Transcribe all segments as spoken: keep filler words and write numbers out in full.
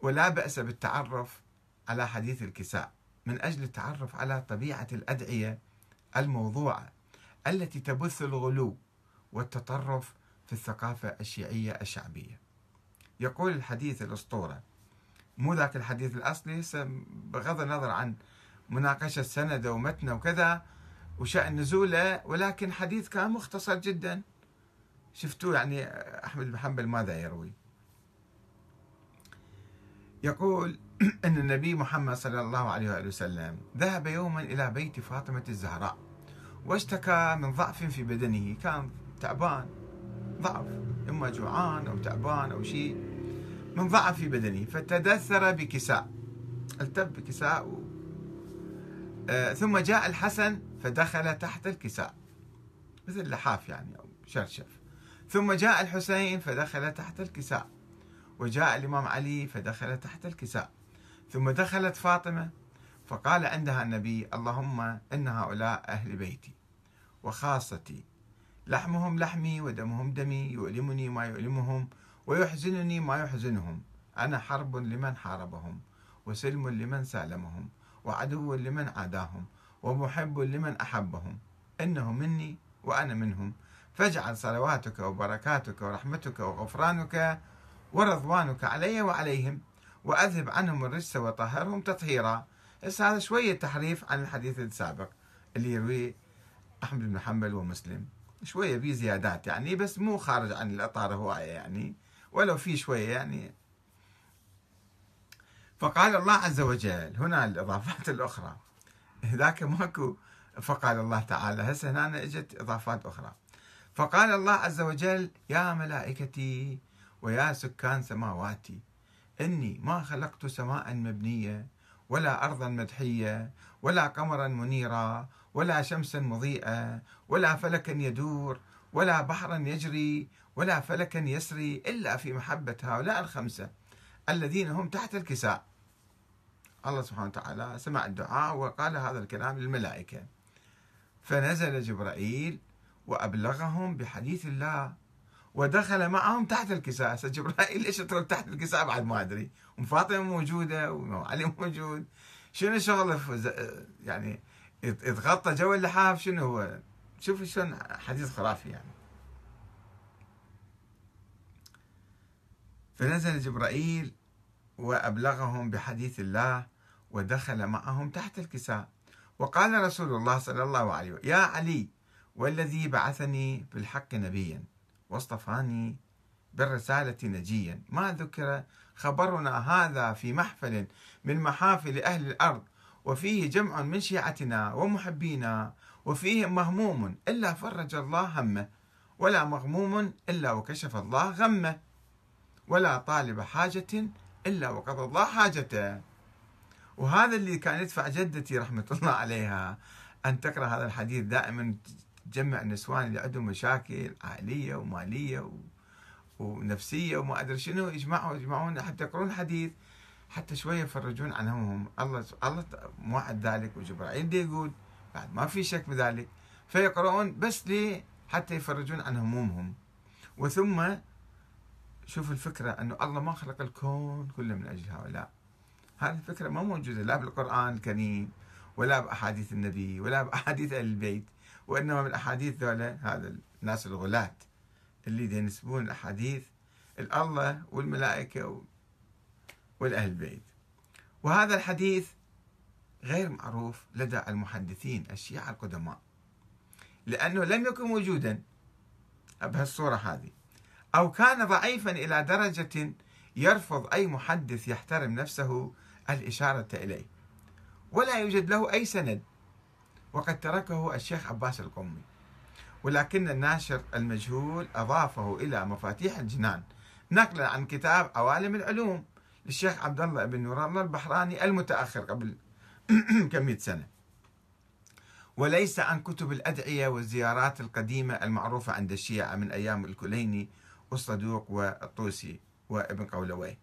ولا بأس بالتعرف على حديث الكساء من أجل التعرف على طبيعة الأدعية الموضوعة التي تبث الغلو والتطرف في الثقافة الشيعية الشعبية. يقول الحديث الأسطورة، مو ذاك الحديث الأصلي، بغض النظر عن مناقشة سنده ومتنه وكذا وشأن نزوله، ولكن حديث كان مختصر جدا. شفتوا يعني أحمد بن حنبل ماذا يروي؟ يقول أن النبي محمد صلى الله عليه وآله وسلم ذهب يوما إلى بيت فاطمة الزهراء واشتكى من ضعف في بدنه، كان تعبان، ضعف، إما جوعان أو تعبان أو شيء، من ضعف في بدنه، فتدثر بكساء، التف بكساء و... آه ثم جاء الحسن فدخل تحت الكساء مثل لحاف يعني أو شرشف، ثم جاء الحسين فدخل تحت الكساء، وجاء الإمام علي فدخل تحت الكساء، ثم دخلت فاطمة فقال عندها النبي: اللهم إن هؤلاء أهل بيتي وخاصتي، لحمهم لحمي ودمهم دمي، يؤلمني ما يؤلمهم ويحزنني ما يحزنهم، أنا حرب لمن حاربهم وسلم لمن سالمهم وعدو لمن عاداهم ومحب لمن أحبهم، إنه مني وأنا منهم، فاجعل صلواتك وبركاتك ورحمتك وغفرانك ورضوانك علي وعليهم، وأذهب عنهم الرجس وطهرهم تطهيرا. هسه هذا شوية تحريف عن الحديث السابق اللي يرويه أحمد بن حنبل ومسلم، شوية بيه زيادات يعني، بس مو خارج عن الإطار هواية يعني، ولو في شوية يعني. فقال الله عز وجل، هنا الإضافات الأخرى، ذاك ماكو فقال الله تعالى، هسه هنا اجت إضافات أخرى. فقال الله عز وجل: يا ملائكتي ويا سكان سماواتي، إني ما خلقت سماء مبنية ولا أرضا مدحية ولا قمرا منيرا ولا شمسا مضيئة ولا فلكا يدور ولا بحرا يجري ولا فلكا يسري إلا في محبة هؤلاء الخمسة الذين هم تحت الكساء. الله سبحانه وتعالى سمع الدعاء وقال هذا الكلام للملائكة، فنزل جبرائيل وأبلغهم بحديث الله ودخل معهم تحت الكساء. جبرائيل ليش يدخل تحت الكساء بعد ما أدري، وفاطمة موجودة وعلي موجود، شنو شغله يعني يتغطى جو اللحاف؟ شنو هو؟ شوف شلون حديث خرافي يعني. فنزل جبرائيل وأبلغهم بحديث الله ودخل معهم تحت الكساء، وقال رسول الله صلى الله عليه وسلم: يا علي، والذي بعثني بالحق نبيا واصطفاني بالرسالة نجيا، ما ذكر خبرنا هذا في محفل من محافل أهل الأرض وفيه جمع من شيعتنا ومحبينا، وفيه مهموم إلا فرج الله همه، ولا مغموم إلا وكشف الله غمه، ولا طالب حاجة إلا وقضى الله حاجته. وهذا اللي كان يدفع جدتي رحمة الله عليها أن تقرأ هذا الحديث دائما، تجمع النسوان اللي عندهم مشاكل عائلية ومالية و... ونفسية وما أدري شنو، يجمعوا يجمعون حتى يقرون حديث حتى شوية يفرجون عن همهم. الله الله موعد ذلك، وجبرائيل دي يقول بعد ما في شك بذلك، فيقرؤون بس ليه؟ حتى يفرجون عن همومهم. وثم شوف الفكرة أنه الله ما خلق الكون كله من أجل هؤلاء. هذه الفكرة ما موجودة لا بالقرآن الكريم ولا بأحاديث النبي ولا بأحاديث أهل البيت، وإنما من أحاديث ذولا هذا الناس الغلاة اللي ينسبون الأحاديث الله والملائكة والأهل البيت. وهذا الحديث غير معروف لدى المحدثين الشيعة القدماء، لأنه لم يكن موجودا بهالصورة هذه، أو كان ضعيفا إلى درجة يرفض أي محدث يحترم نفسه الإشارة إليه، ولا يوجد له أي سند، وقد تركه الشيخ عباس القمي، ولكن الناشر المجهول أضافه إلى مفاتيح الجنان نقلا عن كتاب عوالم العلوم للشيخ عبد الله بن نور الله البحراني المتأخر قبل كمية سنة، وليس عن كتب الأدعية والزيارات القديمة المعروفة عند الشيعة من أيام الكليني والصدوق والطوسي وابن قولوي.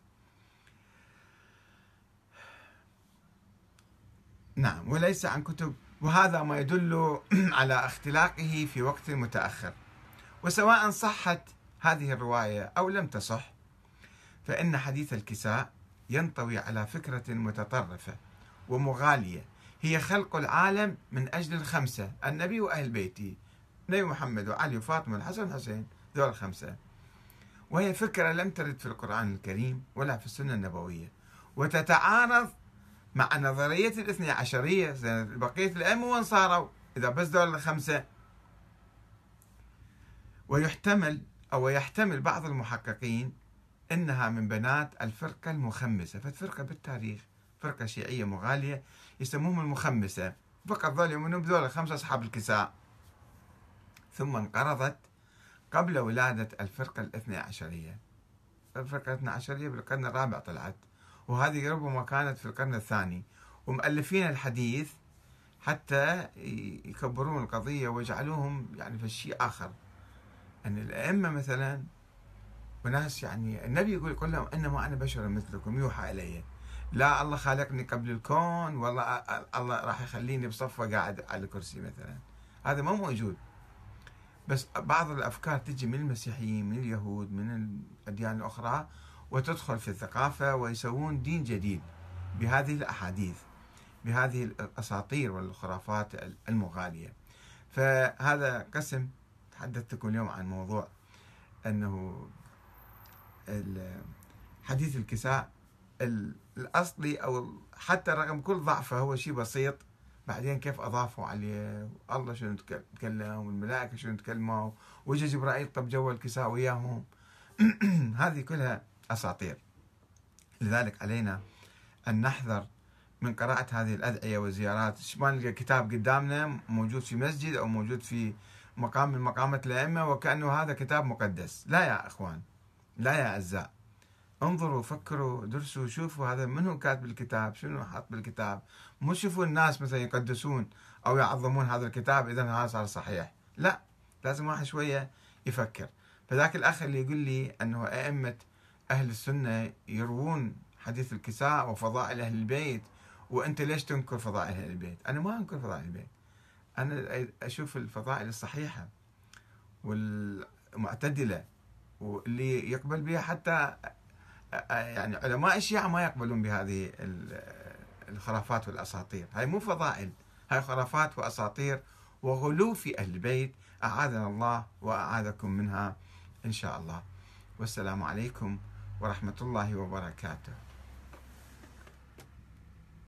نعم، وليس عن كتب، وهذا ما يدل على اختلاقه في وقت متأخر. وسواء صحت هذه الرواية أو لم تصح، فإن حديث الكساء ينطوي على فكرة متطرفة ومغالية هي خلق العالم من أجل الخمسة: النبي وأهل بيته، نبي محمد وعلي وفاطمة والحسن والحسين، ذول الخمسة. وهي فكرة لم ترد في القرآن الكريم ولا في السنة النبوية، وتتعارض مع نظرية الاثني عشرية. بقية الأئمة وين صاروا إذا بس دول الخمسة؟ ويحتمل أو يحتمل بعض المحققين أنها من بنات الفرقة المخمسة. فالفرقة بالتاريخ فرقة شيعية مغالية يسموهم المخمسة، فقط ذول يؤمنون بذول الخمسة أصحاب الكساء، ثم انقرضت قبل ولادة الفرقة الاثنى عشرية. الفرقة الاثنى عشرية بالقرن الرابع طلعت، وهذه ربما كانت في القرن الثاني، ومؤلفين الحديث حتى يكبرون القضية ويجعلوهم يعني في شيء آخر، أن الأئمة مثلا وناس يعني النبي يقول يقول لهم إنما أنا بشر مثلكم يوحى إلي، لا الله خالقني قبل الكون والله الله راح يخليني بصفة قاعد على الكرسي مثلا، هذا ما موجود. بس بعض الأفكار تجي من المسيحيين، من اليهود، من الأديان الأخرى، وتدخل في الثقافة ويسوون دين جديد بهذه الأحاديث، بهذه الأساطير والخرافات المغالية. فهذا قسم تحدثت لكم اليوم عن موضوع أنه حديث الكساء الأصلي، أو حتى رغم كل ضعفه هو شيء بسيط، بعدين كيف أضافوا عليه، الله شنو تكلم والملائكة شنو تكلموا، وجه جبرائيل طب جوا الكساء وياهم. هذه كلها أساطير. لذلك علينا أن نحذر من قراءة هذه الأدعية والزيارات. ما نلقى كتاب قدامنا موجود في مسجد أو موجود في مقام من مقامات الأئمة وكأنه هذا كتاب مقدس. لا يا أخوان، لا يا أعزاء، انظروا، فكروا، درسوا، شوفوا هذا منو كاتب الكتاب، شنو حط بالكتاب. مو شوفوا الناس مثلا يقدسون أو يعظمون هذا الكتاب إذا هذا صار صحيح. لا، لازم واحد شوية يفكر. فذاك الأخ اللي يقول لي أنه أئمة أهل السنة يروون حديث الكساء وفضائل أهل البيت، وأنت ليش تنكر فضائل أهل البيت؟ أنا ما أنكر فضائل البيت، أنا أشوف الفضائل الصحيحة والمعتدلة واللي يقبل بها، حتى يعني علماء الشيعة ما يقبلون بهذه الخرافات والأساطير. هاي مو فضائل، هاي خرافات وأساطير وغلو في أهل البيت، أعاذنا الله وأعاذكم منها إن شاء الله. والسلام عليكم ورحمة الله وبركاته.